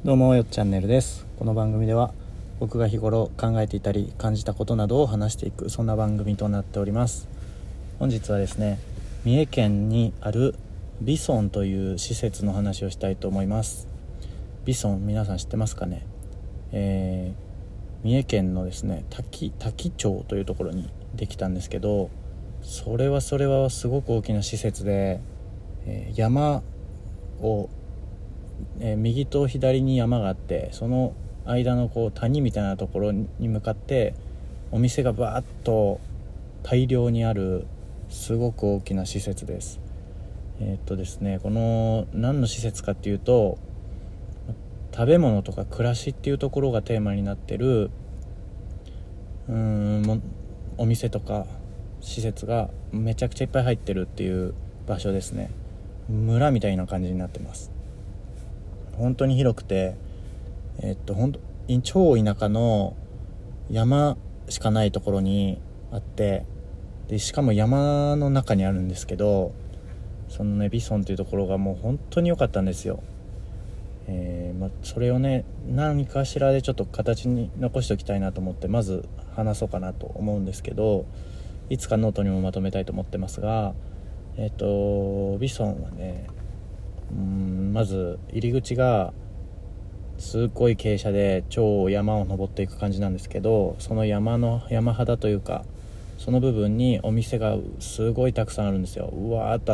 どうもよっチャンネルです。この番組では僕が日頃考えていたり感じたことなどを話していく、そんな番組となっております。本日はですね、三重県にあるビソンという施設の話をしたいと思います。ビソン、皆さん知ってますかね。三重県のですね、多気町というところにできたんですけど、それはすごく大きな施設で、山を右と左に山があって、その間の谷みたいなところに向かってお店がバーッと大量にある、すごく大きな施設です。ですね、この何の施設かっていうと、食べ物とか暮らしっていうところがテーマになってるお店とか施設がめちゃくちゃいっぱい入ってるっていう場所ですね。村みたいな感じになってます。本当に広くて、超田舎の山しかないところにあって、でしかも山の中にあるんですけど、そのねビソンというところがもう本当に良かったんですよ。それをね、何かしらでちょっと形に残しておきたいなと思って、まず話そうかなと思うんですけど、いつかノートにもまとめたいと思ってますが、ビソンはね、まず入り口がすっごい傾斜で超山を登っていく感じなんですけど、その山肌というか、その部分にお店がすごいたくさんあるんですよ。うわーっとあって、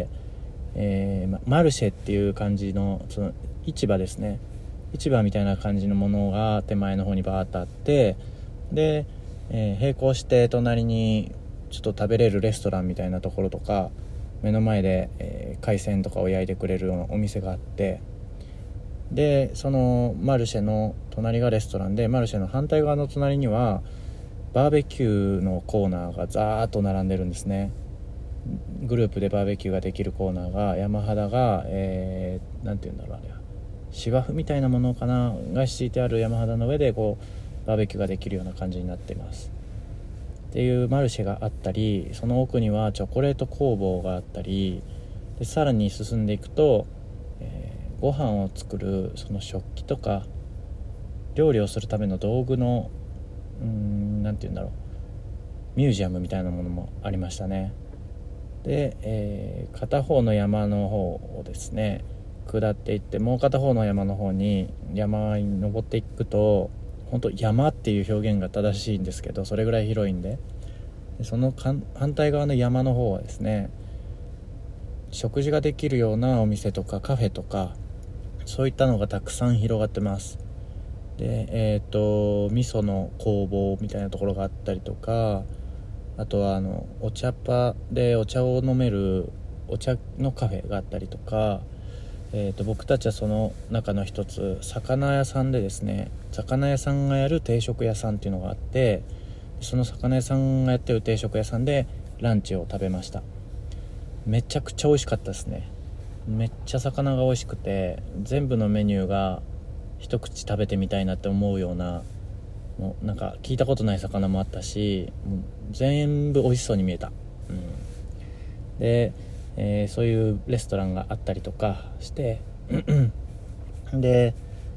マルシェっていう感じの、その市場ですね、市場みたいな感じのものが手前の方にバーッとあって、で、並行して隣にちょっと食べれるレストランみたいなところとか、目の前で、海鮮とかを焼いてくれるようなお店があって、でそのマルシェの隣がレストランで、マルシェの反対側の隣にはバーベキューのコーナーがザーッと並んでるんですね。グループでバーベキューができるコーナーが、山肌が、なんていうんだろう、あれは芝生みたいなものかなが敷いてある山肌の上でバーベキューができるような感じになっていますっていうマルシェがあったり、その奥にはチョコレート工房があったりで、さらに進んでいくと、ご飯を作るその食器とか料理をするための道具のなんていうんだろう、ミュージアムみたいなものもありましたね。で、片方の山の方をですね下っていって、もう片方の山の方に登っていくと、本当山っていう表現が正しいんですけど、それぐらい広いんで、その反対側の山の方はですね、食事ができるようなお店とかカフェとか、そういったのがたくさん広がってます。で、味噌の工房みたいなところがあったりとか、あとはお茶っ葉でお茶を飲めるお茶のカフェがあったりとか、僕たちはその中の一つ、魚屋さんでですね、魚屋さんがやる定食屋さんっていうのがあって、その魚屋さんがやってる定食屋さんでランチを食べました。めちゃくちゃ美味しかったですね。めっちゃ魚が美味しくて、全部のメニューが一口食べてみたいなって思うような、もうなんか聞いたことない魚もあったし、もう全部美味しそうに見えた、で、そういうレストランがあったりとかしてで、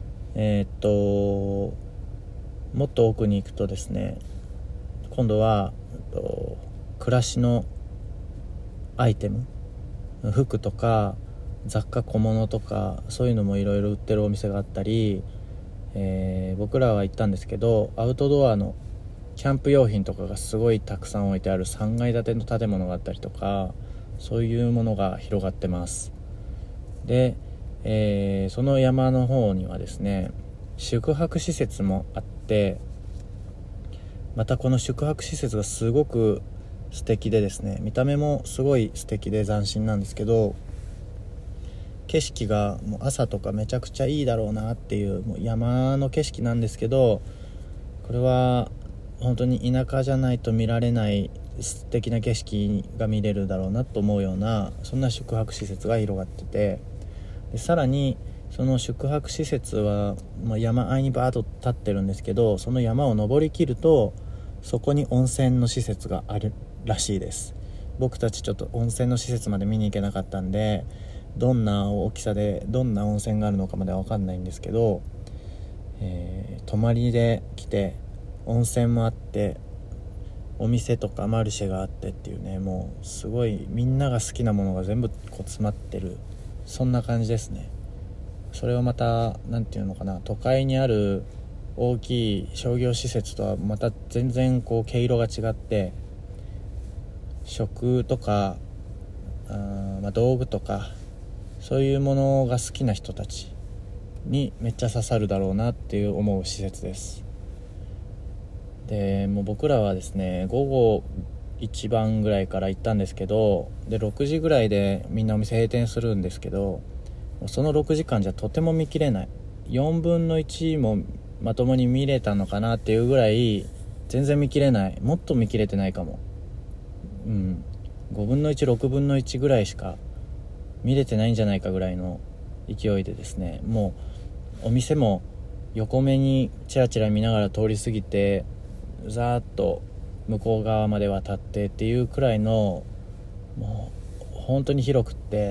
もっと奥に行くとですね、今度は暮らしのアイテム、服とか雑貨小物とか、そういうのもいろいろ売ってるお店があったり、僕らは行ったんですけど、アウトドアのキャンプ用品とかがすごいたくさん置いてある3階建ての建物があったりとか、そういうものが広がってます。で、その山の方にはですね、宿泊施設もあって、またこの宿泊施設がすごく素敵でですね、見た目もすごい素敵で斬新なんですけど、景色がもう朝とかめちゃくちゃいいだろうなっていう、もう山の景色なんですけど、これは本当に田舎じゃないと見られない素敵な景色が見れるだろうなと思うような、そんな宿泊施設が広がってて、でさらにその宿泊施設は、山あいにバーッと立ってるんですけど、その山を登りきるとそこに温泉の施設があるらしいです。僕たちちょっと温泉の施設まで見に行けなかったんで、 どんな大きさでどんな温泉があるのかまでは分かんないんですけど、泊まりで来て温泉もあってお店とかマルシェがあってっていうね、もうすごいみんなが好きなものが全部こう詰まってる、そんな感じですね。それをまたなんていうのかな、都会にある大きい商業施設とはまた全然こう毛色が違って、食とか道具とかそういうものが好きな人たちにめっちゃ刺さるだろうなっていう思う施設です。でもう僕らはですね、午後1番ぐらいから行ったんですけど、で6時ぐらいでみんなお店閉店するんですけど、その6時間じゃとても見切れない、4分の1もまともに見れたのかなっていうぐらい全然見切れない、もっと見切れてないかも、5分の1、6分の1ぐらいしか見れてないんじゃないかぐらいの勢いでですね、もうお店も横目にチラチラ見ながら通り過ぎてざーっと向こう側まで渡ってっていうくらいの、もう本当に広くって、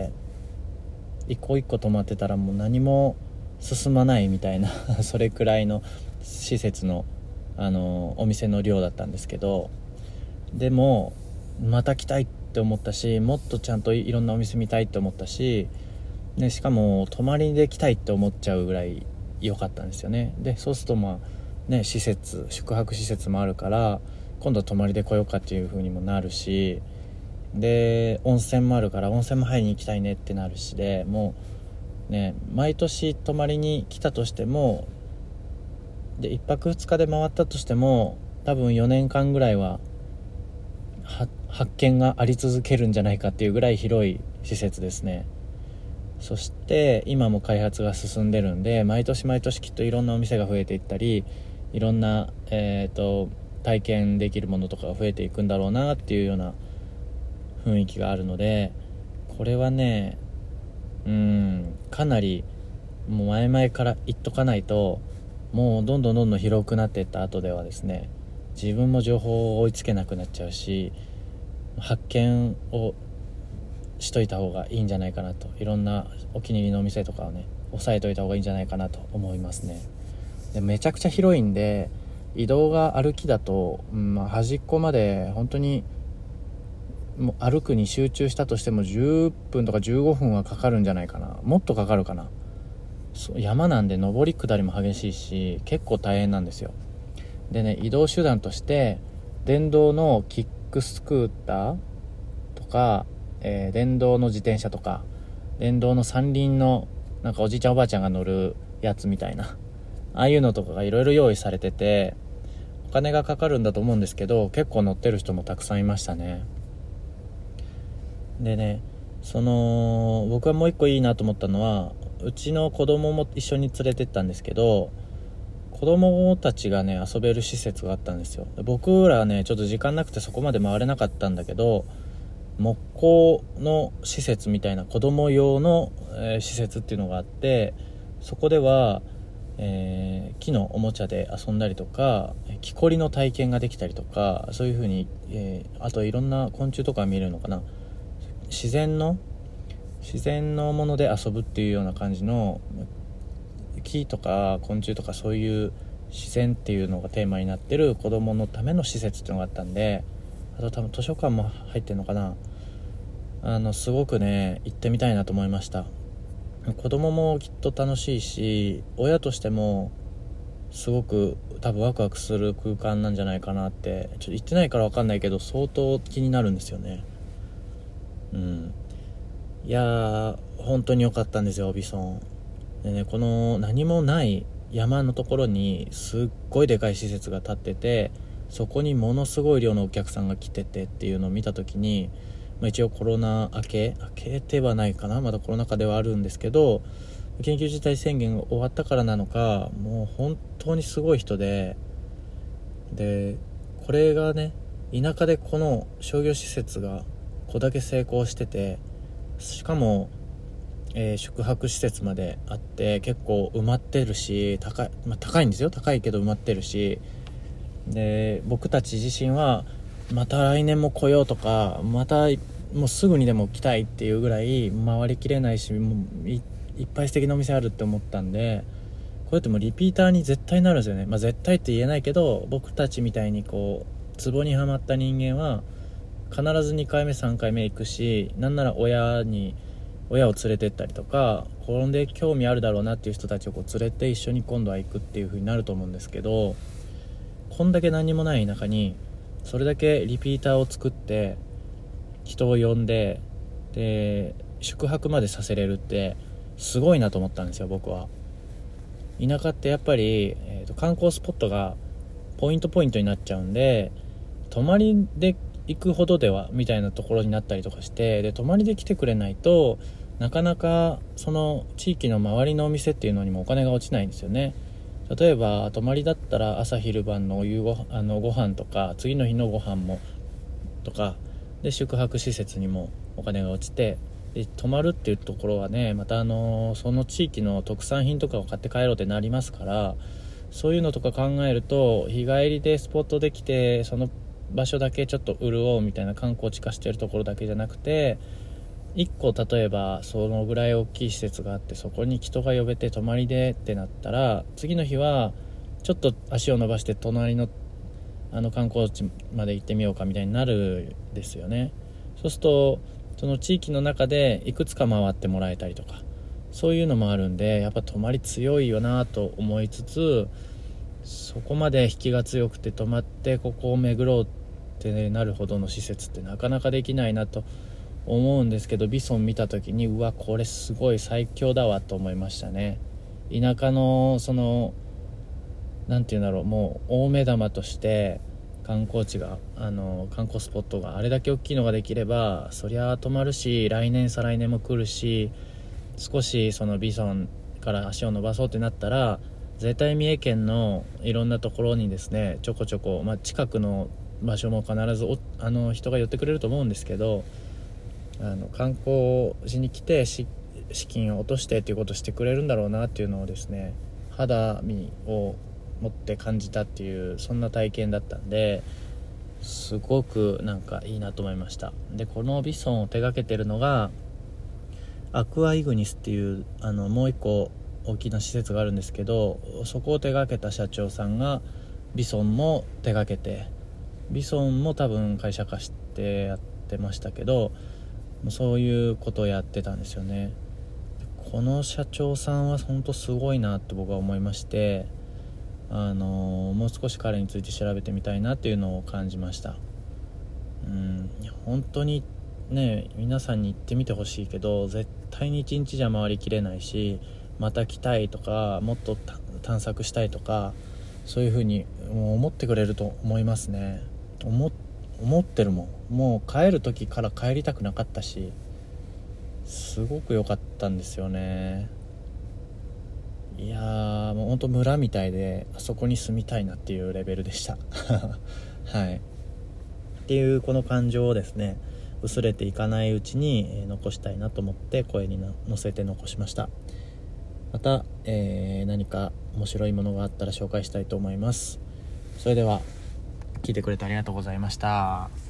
一個一個止まってたらもう何も進まないみたいなそれくらいの施設の、お店の量だったんですけど、でもまた来たいって思ったし、もっとちゃんといろんなお店見たいって思ったし、でしかも泊まりで来たいって思っちゃうぐらい良かったんですよね。でそうすると宿泊施設もあるから今度は泊まりで来ようかっていう風にもなるし、で温泉もあるから温泉も入りに行きたいねってなるしで、もうね、毎年泊まりに来たとしてもで1泊2日で回ったとしても多分4年間ぐらいは発見があり続けるんじゃないかっていうぐらい広い施設ですね。そして今も開発が進んでるんで、毎年毎年きっといろんなお店が増えていったり、いろんな、体験できるものとかが増えていくんだろうなっていうような雰囲気があるので、これはね、かなりもう前々から言っとかないと、もうどんどん広くなっていった後ではですね、自分も情報を追いつけなくなっちゃうし、発見をしといた方がいいんじゃないかなと、いろんなお気に入りのお店とかをね押さえといた方がいいんじゃないかなと思いますね。でめちゃくちゃ広いんで、移動が歩きだと、端っこまで本当にもう歩くに集中したとしても10分とか15分はかかるんじゃないかな、もっとかかるかな。山なんで上り下りも激しいし結構大変なんですよ。でね、移動手段として電動のキックスクーターとか、電動の自転車とか電動の三輪のなんかおじいちゃんおばあちゃんが乗るやつみたいな、ああいうのとかがいろいろ用意されてて、お金がかかるんだと思うんですけど結構乗ってる人もたくさんいましたね。でね、僕はもう一個いいなと思ったのは、うちの子供も一緒に連れてったんですけど、子供たちがね遊べる施設があったんですよ。僕らはねちょっと時間なくてそこまで回れなかったんだけど、木工の施設みたいな子供用の、施設っていうのがあって、そこでは、木のおもちゃで遊んだりとか木こりの体験ができたりとか、そういう風に、あといろんな昆虫とか見れるのかな、自然のもので遊ぶっていうような感じの、木とか昆虫とかそういう自然っていうのがテーマになってる子供のための施設っていうのがあったんで、あと多分図書館も入ってるのかな、すごくね行ってみたいなと思いました。子供もきっと楽しいし、親としてもすごく多分ワクワクする空間なんじゃないかなって、ちょっと行ってないから分かんないけど相当気になるんですよね。いやー本当に良かったんですよ、オビソンでね。この何もない山のところにすっごいでかい施設が建ってて、そこにものすごい量のお客さんが来ててっていうのを見た時に、一応コロナ明けてはないかな、まだコロナ禍ではあるんですけど、緊急事態宣言が終わったからなのか、もう本当にすごい人で、これがね、田舎でこの商業施設がこれだけ成功してて、しかも、宿泊施設まであって結構埋まってるし、高いんですよ、高いけど埋まってるし、で僕たち自身はまた来年も来ようとか、またもうすぐにでも来たいっていうぐらい回りきれないし、もういっぱい素敵なお店あるって思ったんで、こうやってもリピーターに絶対なるんですよね。絶対って言えないけど、僕たちみたいにこうツボにはまった人間は必ず2回目3回目行くし、なんなら親を連れてったりとか、これで興味あるだろうなっていう人たちをこう連れて一緒に今度は行くっていう風になると思うんですけど、こんだけ何もない中にそれだけリピーターを作って人を呼んで、で宿泊までさせれるってすごいなと思ったんですよ。僕は田舎ってやっぱり、観光スポットがポイントになっちゃうんで、泊まりで行くほどではみたいなところになったりとかして、で泊まりで来てくれないとなかなかその地域の周りのお店っていうのにもお金が落ちないんですよね。例えば泊まりだったら朝昼晩のご飯とか次の日のご飯もとかで、宿泊施設にもお金が落ちて、で泊まるっていうところはね、またその地域の特産品とかを買って帰ろうってなりますから、そういうのとか考えると、日帰りでスポットで来てその場所だけちょっと潤うみたいな観光地化してるところだけじゃなくて、1個例えばそのぐらい大きい施設があって、そこに人が呼べて泊まりでってなったら、次の日はちょっと足を伸ばして隣の観光地まで行ってみようかみたいになるんですよね。そうするとその地域の中でいくつか回ってもらえたりとか、そういうのもあるんで、やっぱ泊まり強いよなと思いつつ、そこまで引きが強くて泊まってここを巡ろうってなるほどの施設ってなかなかできないなと思うんですけど、ビソン見た時に、うわこれすごい最強だわと思いましたね。田舎のそのなんていうんだろう、もう大目玉として観光地が観光スポットがあれだけ大きいのができれば、そりゃ泊まるし、来年再来年も来るし、少しそのビソンから足を伸ばそうってなったら、絶対三重県のいろんなところにですね、ちょこちょこ、近くの場所も必ず人が寄ってくれると思うんですけど、観光しに来て資金を落としてっていうことをしてくれるんだろうなっていうのをですね、肌身を持って感じたっていう、そんな体験だったんで、すごくなんかいいなと思いました。でこのビソンを手掛けてるのがアクアイグニスっていうもう一個大きな施設があるんですけど、そこを手掛けた社長さんがビソンも手掛けて、ビソンも多分会社化してやってましたけど、そういうことをやってたんですよね。この社長さんは本当すごいなって僕は思いまして、もう少し彼について調べてみたいなっていうのを感じました。本当にね、皆さんに行ってみてほしいけど、絶対に1日じゃ回りきれないし、また来たいとかもっと探索したいとか、そういう風にもう思ってくれると思いますね。思ってるもん。もう帰る時から帰りたくなかったし、すごく良かったんですよね。いやー、もうほんと村みたいで、あそこに住みたいなっていうレベルでしたはいっていうこの感情をですね、薄れていかないうちに残したいなと思って声に乗せて残しました。また、何か面白いものがあったら紹介したいと思います。それでは聞いてくれてありがとうございました。